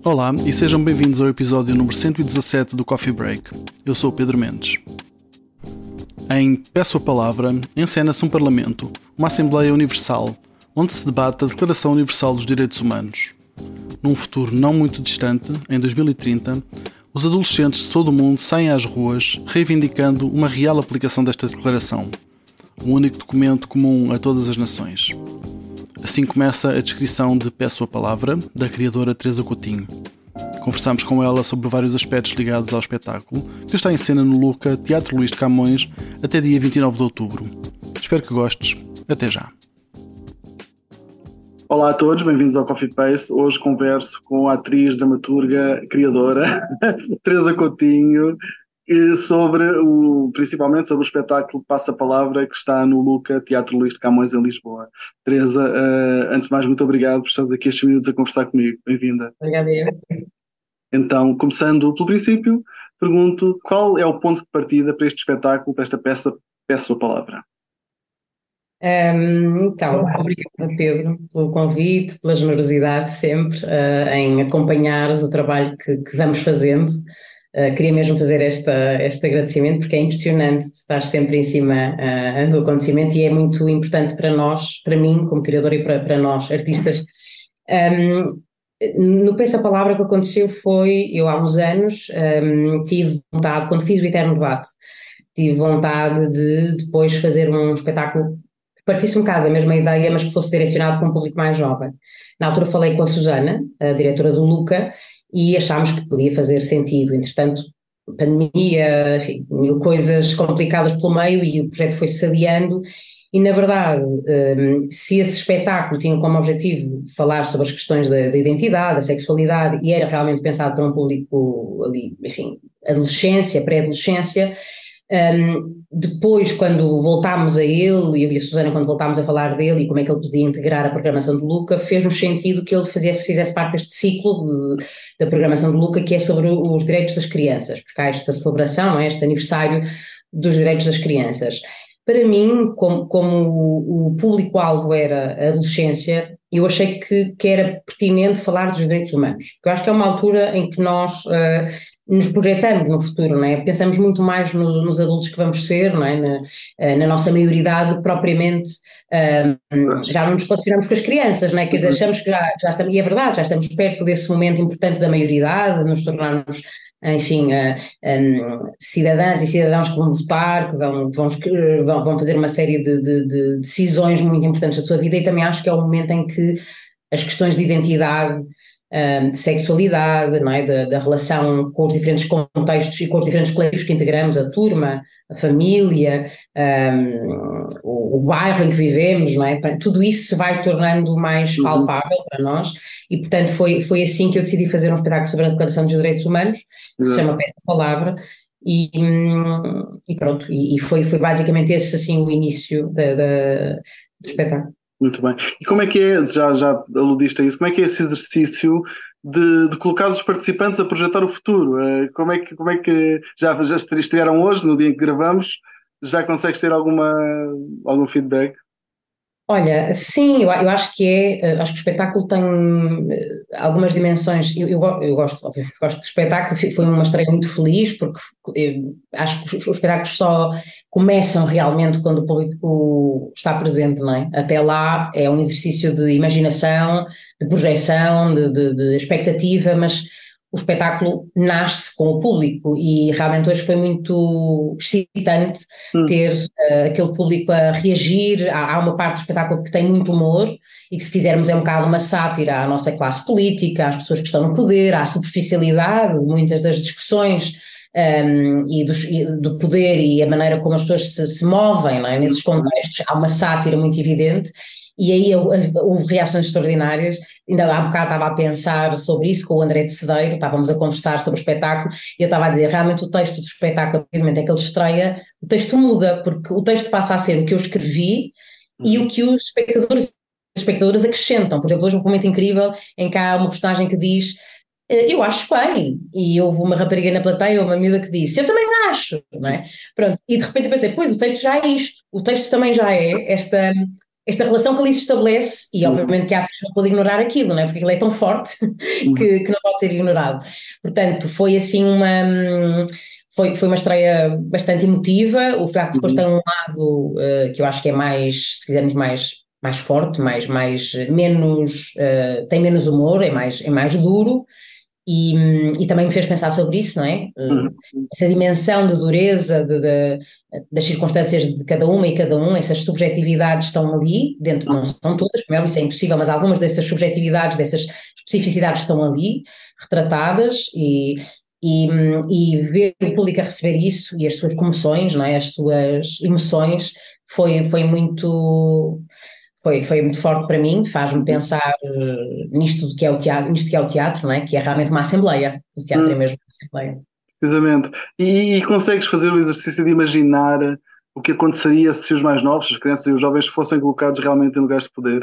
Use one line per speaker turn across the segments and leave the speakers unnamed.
Olá e sejam bem-vindos ao episódio número 117 do Coffee Break. Eu sou o Pedro Mendes. Em Peço a Palavra, encena-se um Parlamento, uma Assembleia Universal, onde se debate a Declaração Universal dos Direitos Humanos. Num futuro não muito distante, em 2030, os adolescentes de todo o mundo saem às ruas reivindicando uma real aplicação desta declaração, um único documento comum a todas as nações. Assim começa a descrição de Peço a Palavra, da criadora Teresa Coutinho. Conversámos com ela sobre vários aspectos ligados ao espetáculo, que está em cena no Luca, Teatro Luís de Camões, até dia 29 de outubro. Espero que gostes. Até já. Olá a todos, bem-vindos ao Coffee Paste. Hoje converso com a atriz, dramaturga, criadora, Teresa Coutinho, principalmente sobre o espetáculo Passa a Palavra, que está no Luca, Teatro Luís de Camões, em Lisboa. Teresa, antes de mais, muito obrigado por estares aqui estes minutos a conversar comigo. Bem-vinda.
Obrigada.
Então, começando pelo princípio, pergunto qual é o ponto de partida para este espetáculo, para esta peça Peço a Palavra?
Então, obrigada, Pedro, pelo convite, pela generosidade sempre em acompanhares o trabalho que vamos fazendo. Queria mesmo fazer este agradecimento, porque é impressionante estar sempre em cima do acontecimento e é muito importante para nós, para mim como criadora e para nós, artistas. No Peço a Palavra, o que aconteceu foi, eu há uns anos tive vontade, quando fiz o Eterno Debate, tive vontade de depois fazer um espetáculo que partisse um bocado da mesma ideia, mas que fosse direcionado para um público mais jovem. Na altura falei com a Susana, a diretora do Luca, e achámos que podia fazer sentido. Entretanto, pandemia, enfim, mil coisas complicadas pelo meio e o projeto foi-se adiando. E, na verdade, se esse espetáculo tinha como objetivo falar sobre as questões da identidade, da sexualidade, e era realmente pensado para um público ali, enfim, adolescência, pré-adolescência, depois, quando voltámos a ele, eu e a Susana, quando voltámos a falar dele e como é que ele podia integrar a programação do Luca, fez-nos sentido que ele fizesse parte deste ciclo da programação do Luca, que é sobre os direitos das crianças, porque há esta celebração, não é? Este aniversário dos direitos das crianças. Para mim, como o público-alvo era a adolescência, eu achei que era pertinente falar dos direitos humanos, porque eu acho que é uma altura em que nós nos projetamos no futuro, não é? Pensamos muito mais nos adultos que vamos ser, não é? Na nossa maioridade, propriamente, já não nos posicionamos com as crianças, não é? Quer dizer, achamos que já estamos, e é verdade, já estamos perto desse momento importante da maioridade, nos tornarmos, enfim, cidadãs e cidadãos que vão votar, que vão fazer uma série de decisões muito importantes da sua vida, e também acho que é o momento em que as questões de identidade, de sexualidade, não é? Da relação com os diferentes contextos e com os diferentes coletivos que integramos, a turma, a família, o bairro em que vivemos, não é? Tudo isso se vai tornando mais palpável para nós e, portanto, foi assim que eu decidi fazer um espetáculo sobre a Declaração dos Direitos Humanos, que se chama Peço a Palavra, e pronto, e foi basicamente esse assim o início do espetáculo.
Muito bem. E como é que é, já aludiste a isso, como é que é esse exercício de colocar os participantes a projetar o futuro? Como é que já estrearam hoje, no dia em que gravamos, já consegues ter algum feedback?
Olha, sim, eu acho acho que o espetáculo tem algumas dimensões. Eu gosto, obviamente, gosto de espetáculo, foi uma estreia muito feliz, porque eu acho que os espetáculos só começam realmente quando o público está presente, não é? Até lá é um exercício de imaginação, de projeção, de expectativa, mas o espetáculo nasce com o público e realmente hoje foi muito excitante ter aquele público a reagir. Há uma parte do espetáculo que tem muito humor e que, se quisermos, é um bocado uma sátira à nossa classe política, às pessoas que estão no poder, à superficialidade, muitas das discussões do poder e a maneira como as pessoas se movem, não é? Nesses contextos. Há uma sátira muito evidente. E aí houve reações extraordinárias. Ainda há bocado estava a pensar sobre isso com o André de Cedeiro, estávamos a conversar sobre o espetáculo e eu estava a dizer, realmente o texto do espetáculo, no momento em que ele estreia, o texto muda, porque o texto passa a ser o que eu escrevi e o que os espectadores acrescentam. Por exemplo, hoje houve um momento incrível em que há uma personagem que diz: eu acho bem, e houve uma rapariga na plateia, uma miúda que disse, eu também acho, não é? Pronto, e de repente eu pensei, pois o texto já é isto, o texto também já é esta relação que ali se estabelece, e obviamente que a atriz não pode ignorar aquilo, não é? Porque aquilo é tão forte que não pode ser ignorado. Portanto, foi assim foi uma estreia bastante emotiva. O facto depois tem um lado que eu acho que é mais, se quisermos, mais forte, menos, tem menos humor, é mais duro. E também me fez pensar sobre isso, não é? Essa dimensão de dureza das circunstâncias de cada uma e cada um, essas subjetividades estão ali, dentro, não são todas, como é óbvio, isso é impossível, mas algumas dessas subjetividades, dessas especificidades estão ali, retratadas, e ver o público a receber isso e as suas comoções, não é? As suas emoções, foi muito. Foi muito forte para mim, faz-me pensar nisto que é o teatro, não é? Que é realmente uma assembleia. O teatro é mesmo uma assembleia.
Precisamente. E consegues fazer o exercício de imaginar o que aconteceria se os mais novos, as crianças e os jovens, fossem colocados realmente em lugares de poder?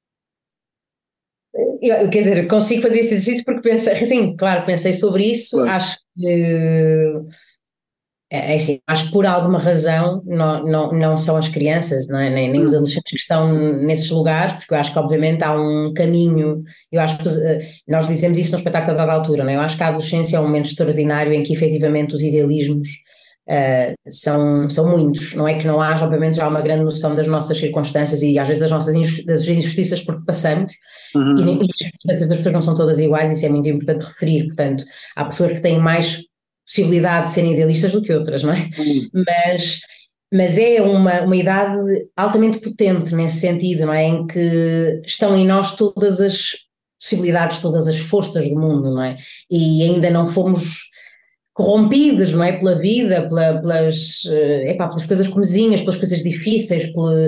Quer dizer, consigo fazer esse exercício porque pensei, sim, claro, pensei sobre isso,
Claro.
acho que é assim, acho que por alguma razão não são as crianças, não é? Nem os adolescentes que estão nesses lugares, porque eu acho que obviamente há um caminho, eu acho que nós dizemos isso no espetáculo a dada altura, não é? Eu acho que a adolescência é um momento extraordinário em que efetivamente os idealismos são muitos, não é que não haja, obviamente já há uma grande noção das nossas circunstâncias e às vezes das injustiças por que passamos, e as circunstâncias das pessoas não são todas iguais, isso é muito importante referir, portanto, há pessoas que têm mais possibilidade de serem idealistas do que outras, não é? Mas é uma idade altamente potente nesse sentido, não é? Em que estão em nós todas as possibilidades, todas as forças do mundo, não é? E ainda não fomos corrompidos, não é? Pela vida, pelas coisas comezinhas, pelas coisas difíceis,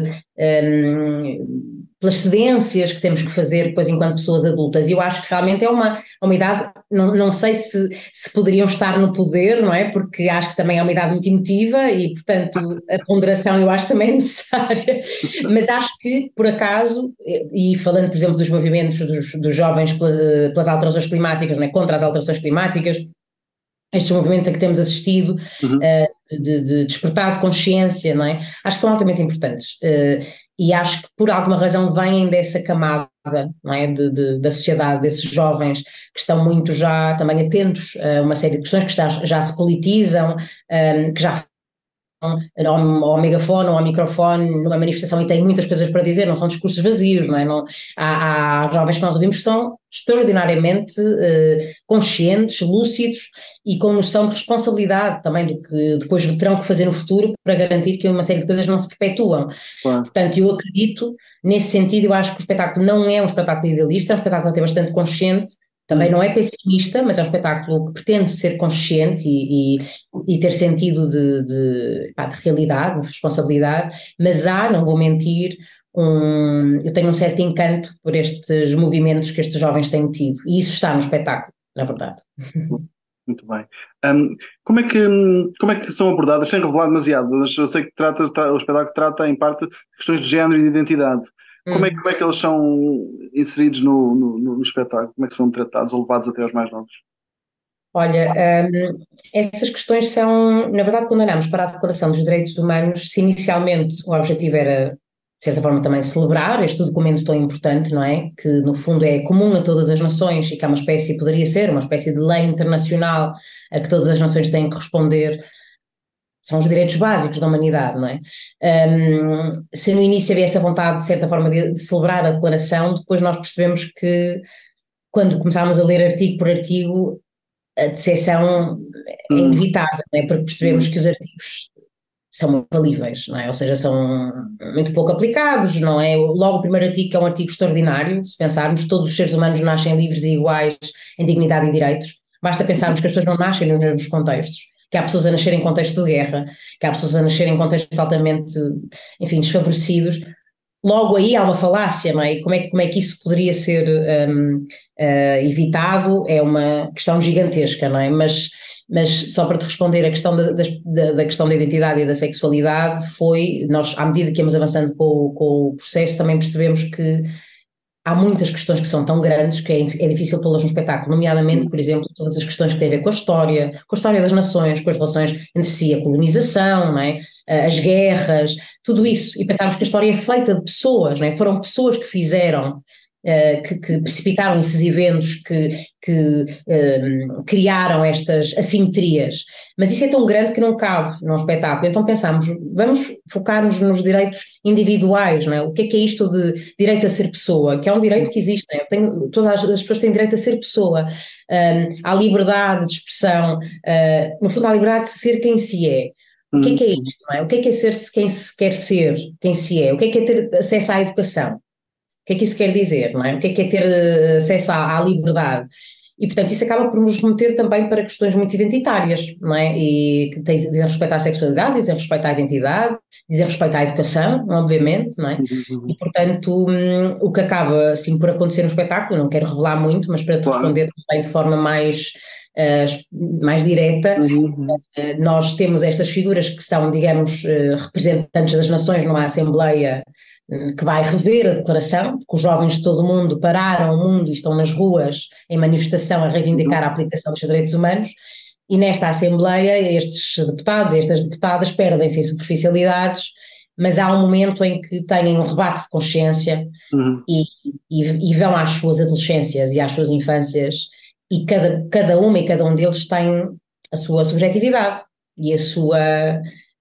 pelas cedências que temos que fazer depois enquanto pessoas adultas. E eu acho que realmente é uma idade, não sei se poderiam estar no poder, não é? Porque acho que também é uma idade muito emotiva e, portanto, a ponderação eu acho também é necessária. Mas acho que, por acaso, e falando, por exemplo, dos movimentos dos jovens pelas alterações climáticas, não é? Contra as alterações climáticas, estes movimentos a que temos assistido, de despertar de consciência, não é? Acho que são altamente importantes, e acho que por alguma razão vêm dessa camada, não é? Da sociedade, desses jovens que estão muito já também atentos a uma série de questões, que já se politizam, que já ao megafone ou ao microfone numa manifestação e têm muitas coisas para dizer, não são discursos vazios, não é? Há jovens que nós ouvimos que são extraordinariamente conscientes, lúcidos e com noção de responsabilidade também do que depois terão que fazer no futuro para garantir que uma série de coisas não se perpetuam.
Claro.
Portanto, eu acredito, nesse sentido, eu acho que o espetáculo não é um espetáculo idealista, é um espetáculo até bastante consciente. Também não é pessimista, mas é um espetáculo que pretende ser consciente e ter sentido de realidade, de responsabilidade, mas não vou mentir, eu tenho um certo encanto por estes movimentos que estes jovens têm tido, e isso está no espetáculo, na verdade.
Muito bem. Como é que são abordadas, sem revelar demasiado, mas eu sei que o espetáculo trata em parte questões de género e de identidade. Como é que eles são inseridos no espetáculo? Como é que são tratados ou levados até aos mais novos?
Olha, essas questões são, na verdade, quando olhamos para a Declaração dos Direitos Humanos, se inicialmente o objetivo era, de certa forma, também celebrar este documento tão importante, não é? Que, no fundo, é comum a todas as nações e que é poderia ser uma espécie de lei internacional a que todas as nações têm que responder. São os direitos básicos da humanidade, não é? Se no início havia essa vontade, de certa forma, de celebrar a declaração, depois nós percebemos que, quando começámos a ler artigo por artigo, a decepção é inevitável, não é? Porque percebemos que os artigos são muito falíveis, não é? Ou seja, são muito pouco aplicados, não é? Logo o primeiro artigo, que é um artigo extraordinário, se pensarmos, todos os seres humanos nascem livres e iguais em dignidade e direitos, basta pensarmos que as pessoas não nascem nos mesmos contextos, que há pessoas a nascer em contexto de guerra, que há pessoas a nascer em contextos altamente, enfim, desfavorecidos. Logo aí há uma falácia, não é? E como é que isso poderia ser evitado? É uma questão gigantesca, não é? Mas só para te responder, a questão da questão da identidade e da sexualidade nós, à medida que íamos avançando com o processo, também percebemos que há muitas questões que são tão grandes que é difícil pô-las no espetáculo, nomeadamente, por exemplo, todas as questões que têm a ver com a história das nações, com as relações entre si, a colonização, não é? As guerras, tudo isso. E pensarmos que a história é feita de pessoas, não é? Foram pessoas que fizeram, que precipitaram esses eventos, que criaram estas assimetrias. Mas isso é tão grande que não cabe num espetáculo. Então pensamos, vamos focar-nos nos direitos individuais, não é? O que é isto de direito a ser pessoa? Que é um direito que existe, não é? Todas as pessoas têm direito a ser pessoa, à liberdade de expressão, no fundo à liberdade de ser quem se é. O que é isto, não é? O que é ser quem se quer ser, quem se é? O que é ter acesso à educação? O que é que isso quer dizer, não é? O que é ter acesso à liberdade? E, portanto, isso acaba por nos remeter também para questões muito identitárias, não é? E que dizem respeito à sexualidade, dizem respeito à identidade, dizem respeito à educação, obviamente, não é? E, portanto, o que acaba, assim, por acontecer no espetáculo, não quero revelar muito, mas para te responder também de forma mais direta, nós temos estas figuras que são, digamos, representantes das nações numa Assembleia que vai rever a declaração, porque os jovens de todo o mundo pararam o mundo e estão nas ruas em manifestação a reivindicar a aplicação dos direitos humanos, e nesta Assembleia estes deputados e estas deputadas perdem-se em superficialidades, mas há um momento em que têm um rebate de consciência e vão às suas adolescências e às suas infâncias, e cada uma e cada um deles tem a sua subjetividade e a sua...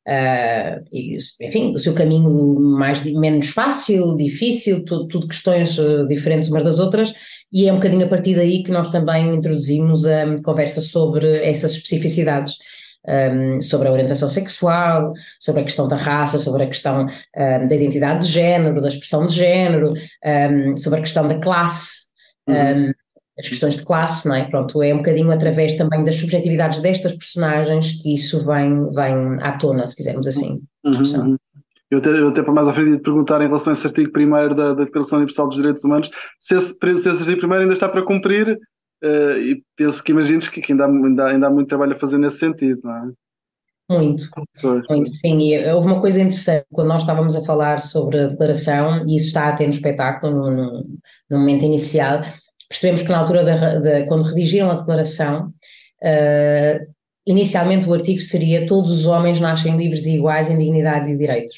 enfim, o seu caminho menos fácil, difícil, tudo questões diferentes umas das outras, e é um bocadinho a partir daí que nós também introduzimos a conversa sobre essas especificidades, sobre a orientação sexual, sobre a questão da raça, sobre a questão da identidade de género, da expressão de género, sobre a questão da classe, as questões de classe, não é? Pronto, é um bocadinho através também das subjetividades destas personagens que isso vem à tona, se quisermos assim, discussão.
Eu até para mais à frente ia te perguntar em relação a esse artigo 1º da Declaração Universal dos Direitos Humanos, se esse artigo 1º ainda está para cumprir, e penso que imagines que ainda há muito trabalho a fazer nesse sentido, não é?
Muito, sim, e houve uma coisa interessante, quando nós estávamos a falar sobre a declaração, e isso está até no espetáculo, no momento inicial, percebemos que na altura quando redigiram a declaração, inicialmente o artigo seria: todos os homens nascem livres e iguais em dignidade e direitos.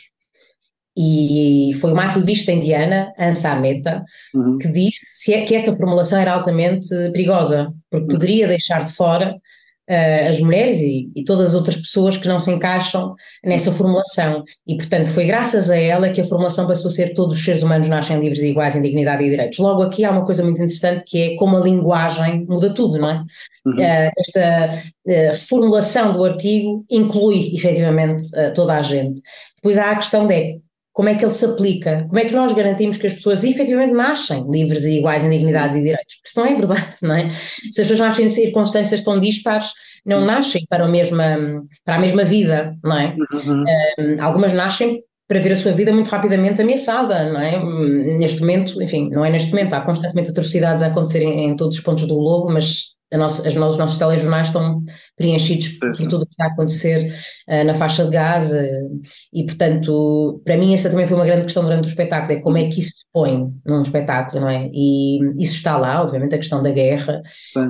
E foi uma ativista indiana, Ansa Mehta, que disse que esta formulação era altamente perigosa, porque poderia deixar de fora as mulheres e todas as outras pessoas que não se encaixam nessa formulação, e portanto foi graças a ela que a formulação passou a ser: todos os seres humanos nascem livres e iguais em dignidade e direitos. Logo aqui há uma coisa muito interessante, que é como a linguagem muda tudo, não é? Esta formulação do artigo inclui efetivamente toda a gente. Depois há a questão de como é que ele se aplica, como é que nós garantimos que as pessoas efetivamente nascem livres e iguais em dignidade e direitos, porque isso não é verdade, não é? Se as pessoas nascem em circunstâncias tão dispares, não nascem para a mesma vida, não é? Algumas nascem para ver a sua vida muito rapidamente ameaçada, não é? Neste momento, enfim, não é neste momento, há constantemente atrocidades a acontecerem em todos os pontos do globo, mas os nossos telejornais estão preenchidos por tudo o que está a acontecer na faixa de Gaza, e portanto, para mim essa também foi uma grande questão durante o espetáculo, é como é que isso se põe num espetáculo, não é? E isso está lá, obviamente, a questão da guerra,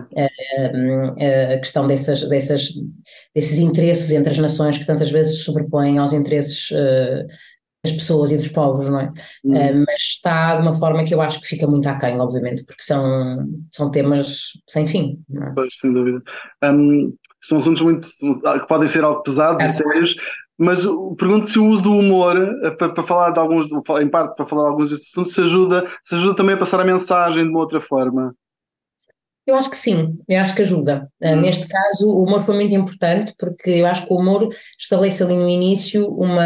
a questão desses interesses entre as nações que tantas vezes se sobrepõem aos interesses das pessoas e dos povos, não é? Mas está de uma forma que eu acho que fica muito aquém, obviamente, porque são temas sem fim, não é?
Pois, sem dúvida. São assuntos que podem ser algo pesados e sérios, mas pergunto se o uso do humor para falar de alguns, em parte para falar de alguns destes assuntos, se ajuda também a passar a mensagem de uma outra forma.
Eu acho que sim, eu acho que ajuda. Neste caso, o humor foi muito importante, porque eu acho que o humor estabelece ali no início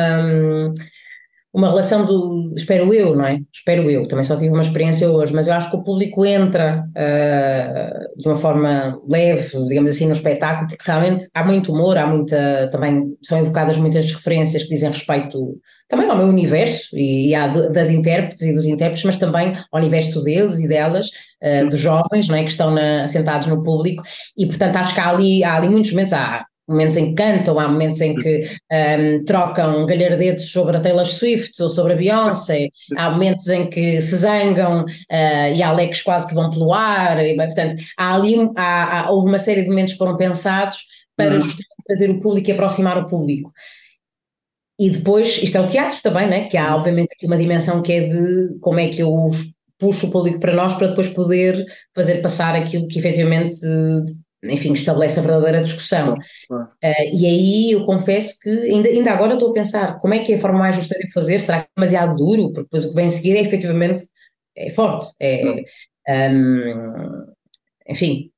uma relação espero eu, não é? Espero eu, também só tive uma experiência hoje, mas eu acho que o público entra de uma forma leve, digamos assim, no espetáculo, porque realmente há muito humor, também são evocadas muitas referências que dizem respeito também ao meu universo e das intérpretes e dos intérpretes, mas também ao universo deles e delas, dos jovens, não é? Que estão sentados no público, e portanto acho que há ali muitos momentos, há momentos em que cantam, há momentos em que trocam galhardetes sobre a Taylor Swift ou sobre a Beyoncé, há momentos em que se zangam e há leques quase que vão pelo ar, e, portanto, houve uma série de momentos que foram pensados para justamente trazer o público e aproximar o público. E depois, isto é o teatro também, né? Que há obviamente aqui uma dimensão que é de como é que eu puxo o público para nós para depois poder fazer passar aquilo que efetivamente, enfim, estabelece a verdadeira discussão. E aí eu confesso que ainda agora estou a pensar como é que é a forma mais justa de fazer, será que é demasiado duro? Porque depois o que vem a seguir é efetivamente forte, enfim,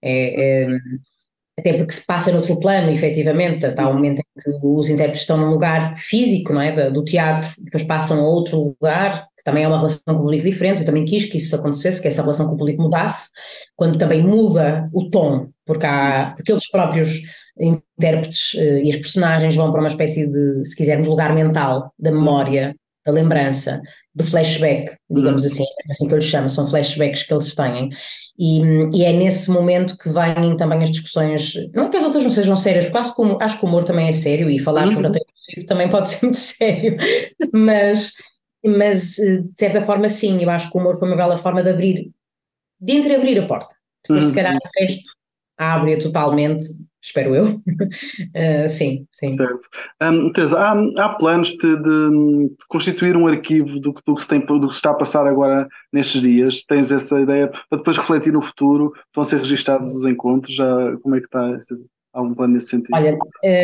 até porque se passa noutro plano, efetivamente, há um momento em que os intérpretes estão num lugar físico, não é, do teatro, depois passam a outro lugar, que também é uma relação com o público diferente. Eu também quis que isso acontecesse, que essa relação com o público mudasse, quando também muda o tom, porque eles próprios intérpretes e as personagens vão para uma espécie de, se quisermos, lugar mental, da memória, da lembrança, do flashback, digamos assim que eu lhes chamo, são flashbacks que eles têm, e é nesse momento que vêm também as discussões, não é que as outras não sejam sérias, porque acho que o humor também é sério, e falar sobre a Taylor Swift também pode ser muito sério, mas de certa forma sim, eu acho que o humor foi uma bela forma de entreabrir a porta, depois se calhar o resto abre-a totalmente, espero eu. Sim.
Certo. Teresa, há planos de constituir um arquivo do que do que se está a passar agora nestes dias? Tens essa ideia para depois refletir no futuro? Estão a ser registados os encontros? Como é que está? Há um plano nesse sentido?
Olha,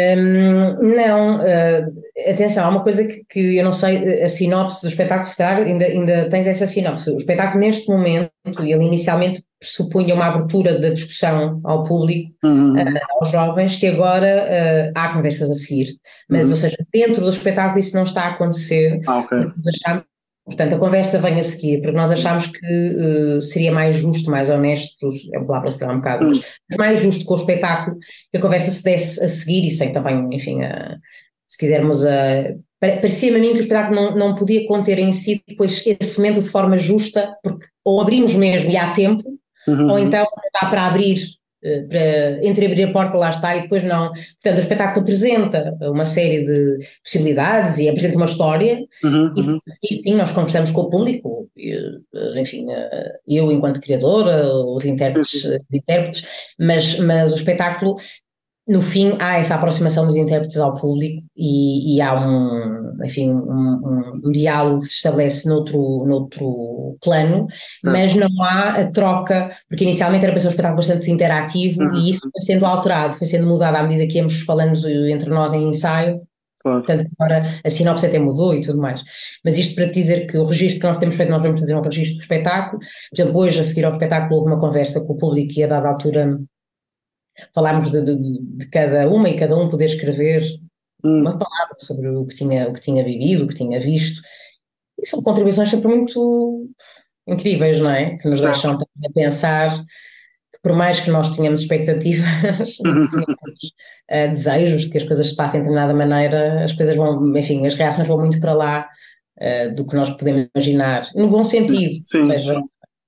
não, atenção, há uma coisa que eu não sei, a sinopse do espetáculo, se calhar ainda tens essa sinopse. O espetáculo neste momento, ele inicialmente pressupunha uma abertura da discussão ao público, aos jovens, que agora há conversas a seguir, mas ou seja, dentro do espetáculo isso não está a acontecer,
Ok.
porque portanto, a conversa vem a seguir, porque nós achamos que seria mais justo, mais honesto, é uma palavra se calhar um bocado, mas mais justo com o espetáculo, que a conversa se desse a seguir e sem também, enfim, se quisermos, parecia-me a mim que o espetáculo não podia conter em si depois esse momento de forma justa, porque ou abrimos mesmo e há tempo, ou então dá para abrir, para entreabrir a porta, lá está, e depois não. Portanto, o espetáculo apresenta uma série de possibilidades e apresenta uma história, e sim, nós conversamos com o público, enfim, eu enquanto criadora, os intérpretes, mas o espetáculo, no fim, há essa aproximação dos intérpretes ao público e há enfim, um diálogo que se estabelece noutro plano, mas não há a troca, porque inicialmente era para ser um espetáculo bastante interativo e isso foi sendo alterado, foi sendo mudado à medida que íamos falando entre nós em ensaio. Portanto, agora a sinopse até mudou e tudo mais. Mas isto para te dizer que o registro que nós temos feito, nós vamos fazer um registro do espetáculo. Por exemplo, hoje, a seguir ao espetáculo, houve uma conversa com o público e a dada altura falámos de cada uma e cada um poder escrever uma palavra sobre o que tinha vivido, o que tinha visto. E são contribuições sempre muito incríveis, não é? Que nos deixam também a pensar que por mais que nós tenhamos expectativas, que tenhamos desejos de que as coisas se passem de determinada maneira, as coisas vão, enfim, as reações vão muito para lá do que nós podemos imaginar, no bom sentido. Ou seja,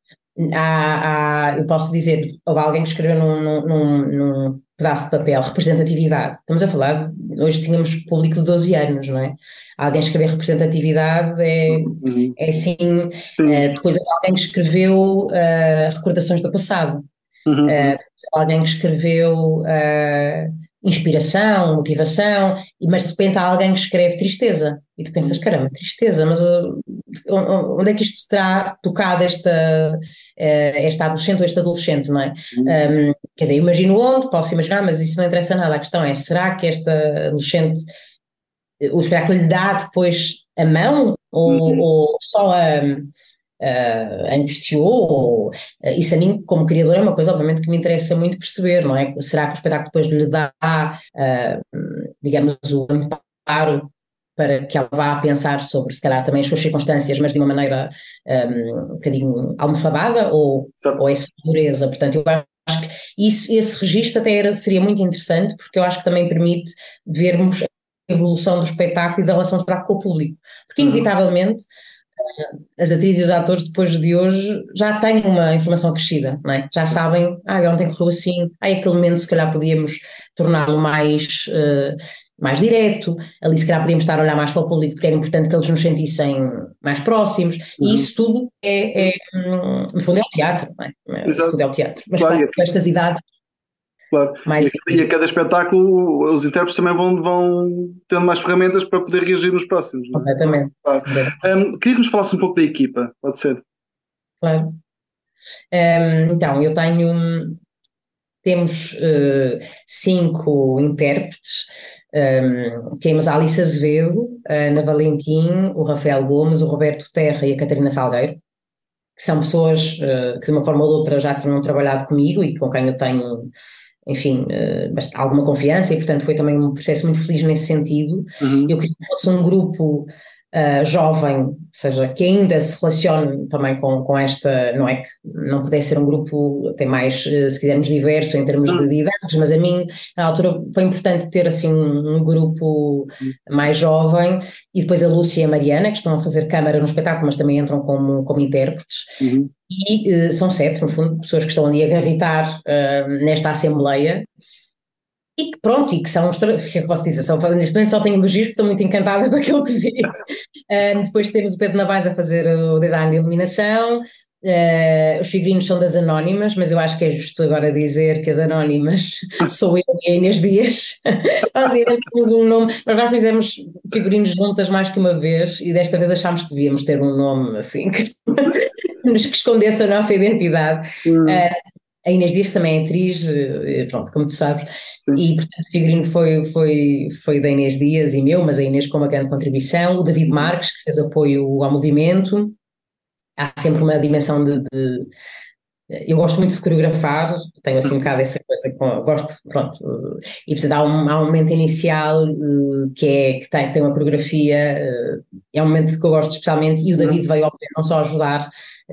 eu posso dizer, houve alguém que escreveu num pedaço de papel representatividade. Estamos a falar, hoje tínhamos público de 12 anos, não é? Alguém escrever representatividade é assim. Depois alguém que escreveu recordações do passado. Alguém que escreveu inspiração, motivação, mas de repente há alguém que escreve tristeza e tu pensas, caramba, tristeza, mas onde é que isto terá tocado esta adolescente ou este adolescente, não é? Quer dizer, eu imagino onde, posso imaginar, mas isso não interessa nada, a questão é, será que esta adolescente, o espetáculo lhe dá depois a mão ou só angustiou, isso a mim como criador é uma coisa obviamente que me interessa muito perceber, não é? Será que o espetáculo depois lhe dá, digamos, o amparo para que ela vá a pensar sobre, se calhar, também as suas circunstâncias, mas de uma maneira um bocadinho almofadada ou é só dureza? Portanto, eu acho que esse registro até seria muito interessante, porque eu acho que também permite vermos a evolução do espetáculo e da relação do espetáculo com o público, porque inevitavelmente as atrizes e os atores depois de hoje já têm uma informação crescida, não é? Já sabem, ontem correu assim, aquele momento se calhar podíamos torná-lo mais direto, ali se calhar podíamos estar a olhar mais para o público porque era importante que eles nos sentissem mais próximos, e isso tudo no fundo é o teatro, não é? Isso tudo é o teatro, mas claro, com estas idades.
Claro. E a cada espetáculo os intérpretes também vão tendo mais ferramentas para poder reagir nos próximos. Não é?
Completamente.
Claro. Queria que nos falasse um pouco da equipa, pode ser?
Claro. Então, temos 5 intérpretes. Temos a Alice Azevedo, a Ana Valentim, o Rafael Gomes, o Roberto Terra e a Catarina Salgueiro, que são pessoas que de uma forma ou de outra já tinham trabalhado comigo e com quem eu tenho, enfim, alguma confiança, e portanto foi também um processo muito feliz nesse sentido. Eu queria que fosse um grupo jovem, ou seja, que ainda se relacione também com esta, não é que não pudesse ser um grupo até mais, se quisermos, diverso em termos de idades, mas a mim, na altura, foi importante ter assim um grupo mais jovem, e depois a Lúcia e a Mariana, que estão a fazer câmara no espetáculo, mas também entram como intérpretes, e são 7, no fundo, pessoas que estão ali a gravitar nesta assembleia. E que pronto, e que são, o que é que eu posso dizer? Neste momento só tenho elogios, porque estou muito encantada com aquilo que vi. Depois temos o Pedro Navais a fazer o design de iluminação, os figurinos são das Anónimas, mas eu acho que é justo agora dizer que as Anónimas sou eu e a Inês Dias. Nós temos um nome, nós já fizemos figurinos juntas mais que uma vez, e desta vez achámos que devíamos ter um nome assim, que escondesse a nossa identidade. A Inês Dias, que também é atriz, pronto, como tu sabes, e portanto o figurino foi da Inês Dias e meu, mas a Inês com uma grande contribuição, o David Marques, que fez apoio ao movimento. Há sempre uma dimensão eu gosto muito de coreografar, tenho assim um bocado essa coisa, gosto, pronto, e portanto há um momento inicial que tem uma coreografia, é um momento que eu gosto especialmente, e o David veio ao pé não só ajudar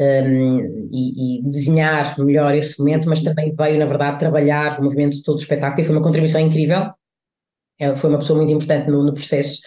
e desenhar melhor esse momento, mas também veio, na verdade, trabalhar o movimento de todo o espetáculo, e foi uma contribuição incrível. Foi uma pessoa muito importante no processo.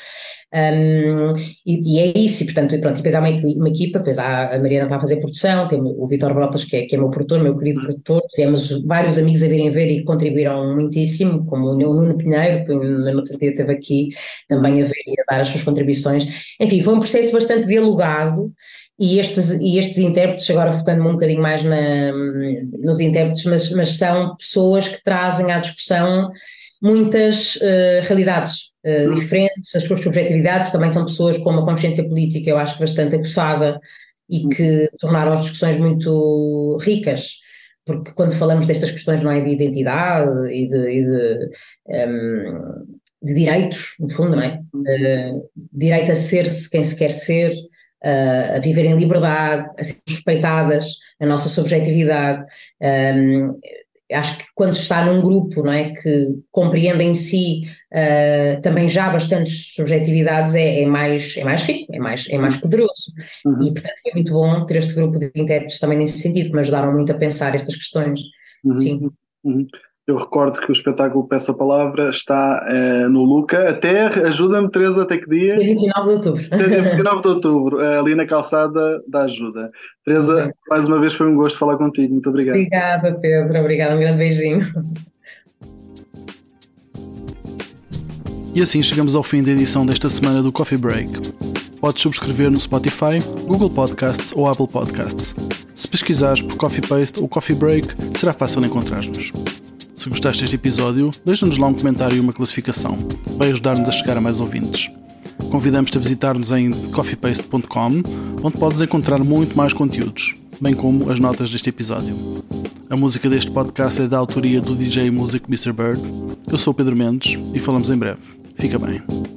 E é isso, e portanto, pronto, depois há uma equipa, depois a Mariana está a fazer produção, tem o Vítor Brotas, que é meu produtor, meu querido produtor, tivemos vários amigos a virem ver e contribuíram muitíssimo, como o Nuno Pinheiro, que no outro dia esteve aqui também a ver e a dar as suas contribuições. Enfim, foi um processo bastante dialogado, e estes intérpretes, agora focando-me um bocadinho mais nos intérpretes, mas são pessoas que trazem à discussão muitas realidades diferentes, as suas subjetividades, também são pessoas com uma consciência política, eu acho, bastante aguçada, e que tornaram as discussões muito ricas, porque quando falamos destas questões, não é, de identidade e de direitos, no fundo, não é? Direito a ser-se quem se quer ser, a viver em liberdade, a ser respeitadas, a nossa subjetividade. Acho que quando se está num grupo, não é, que compreende em si também já bastantes subjetividades, é mais rico, é mais poderoso. E portanto foi muito bom ter este grupo de intérpretes também nesse sentido, que me ajudaram muito a pensar estas questões. Sim.
Eu recordo que o espetáculo Peço a Palavra está no Luca, ajuda-me, Teresa, até que dia?
Dia 29 de outubro.
Dia 29 de outubro, ali na calçada da Ajuda. Teresa, mais uma vez foi um gosto falar contigo, muito obrigado.
Obrigada, Pedro, obrigada, um grande beijinho.
E assim chegamos ao fim da edição desta semana do Coffee Break. Podes subscrever no Spotify, Google Podcasts ou Apple Podcasts. Se pesquisares por Coffee Paste ou Coffee Break, será fácil encontrar-nos. Se gostaste deste episódio, deixa-nos lá um comentário e uma classificação. Vai ajudar-nos a chegar a mais ouvintes. Convidamos-te a visitar-nos em coffeepaste.com, onde podes encontrar muito mais conteúdos, bem como as notas deste episódio. A música deste podcast é da autoria do DJ Music Mr. Bird. Eu sou o Pedro Mendes e falamos em breve. Fica bem.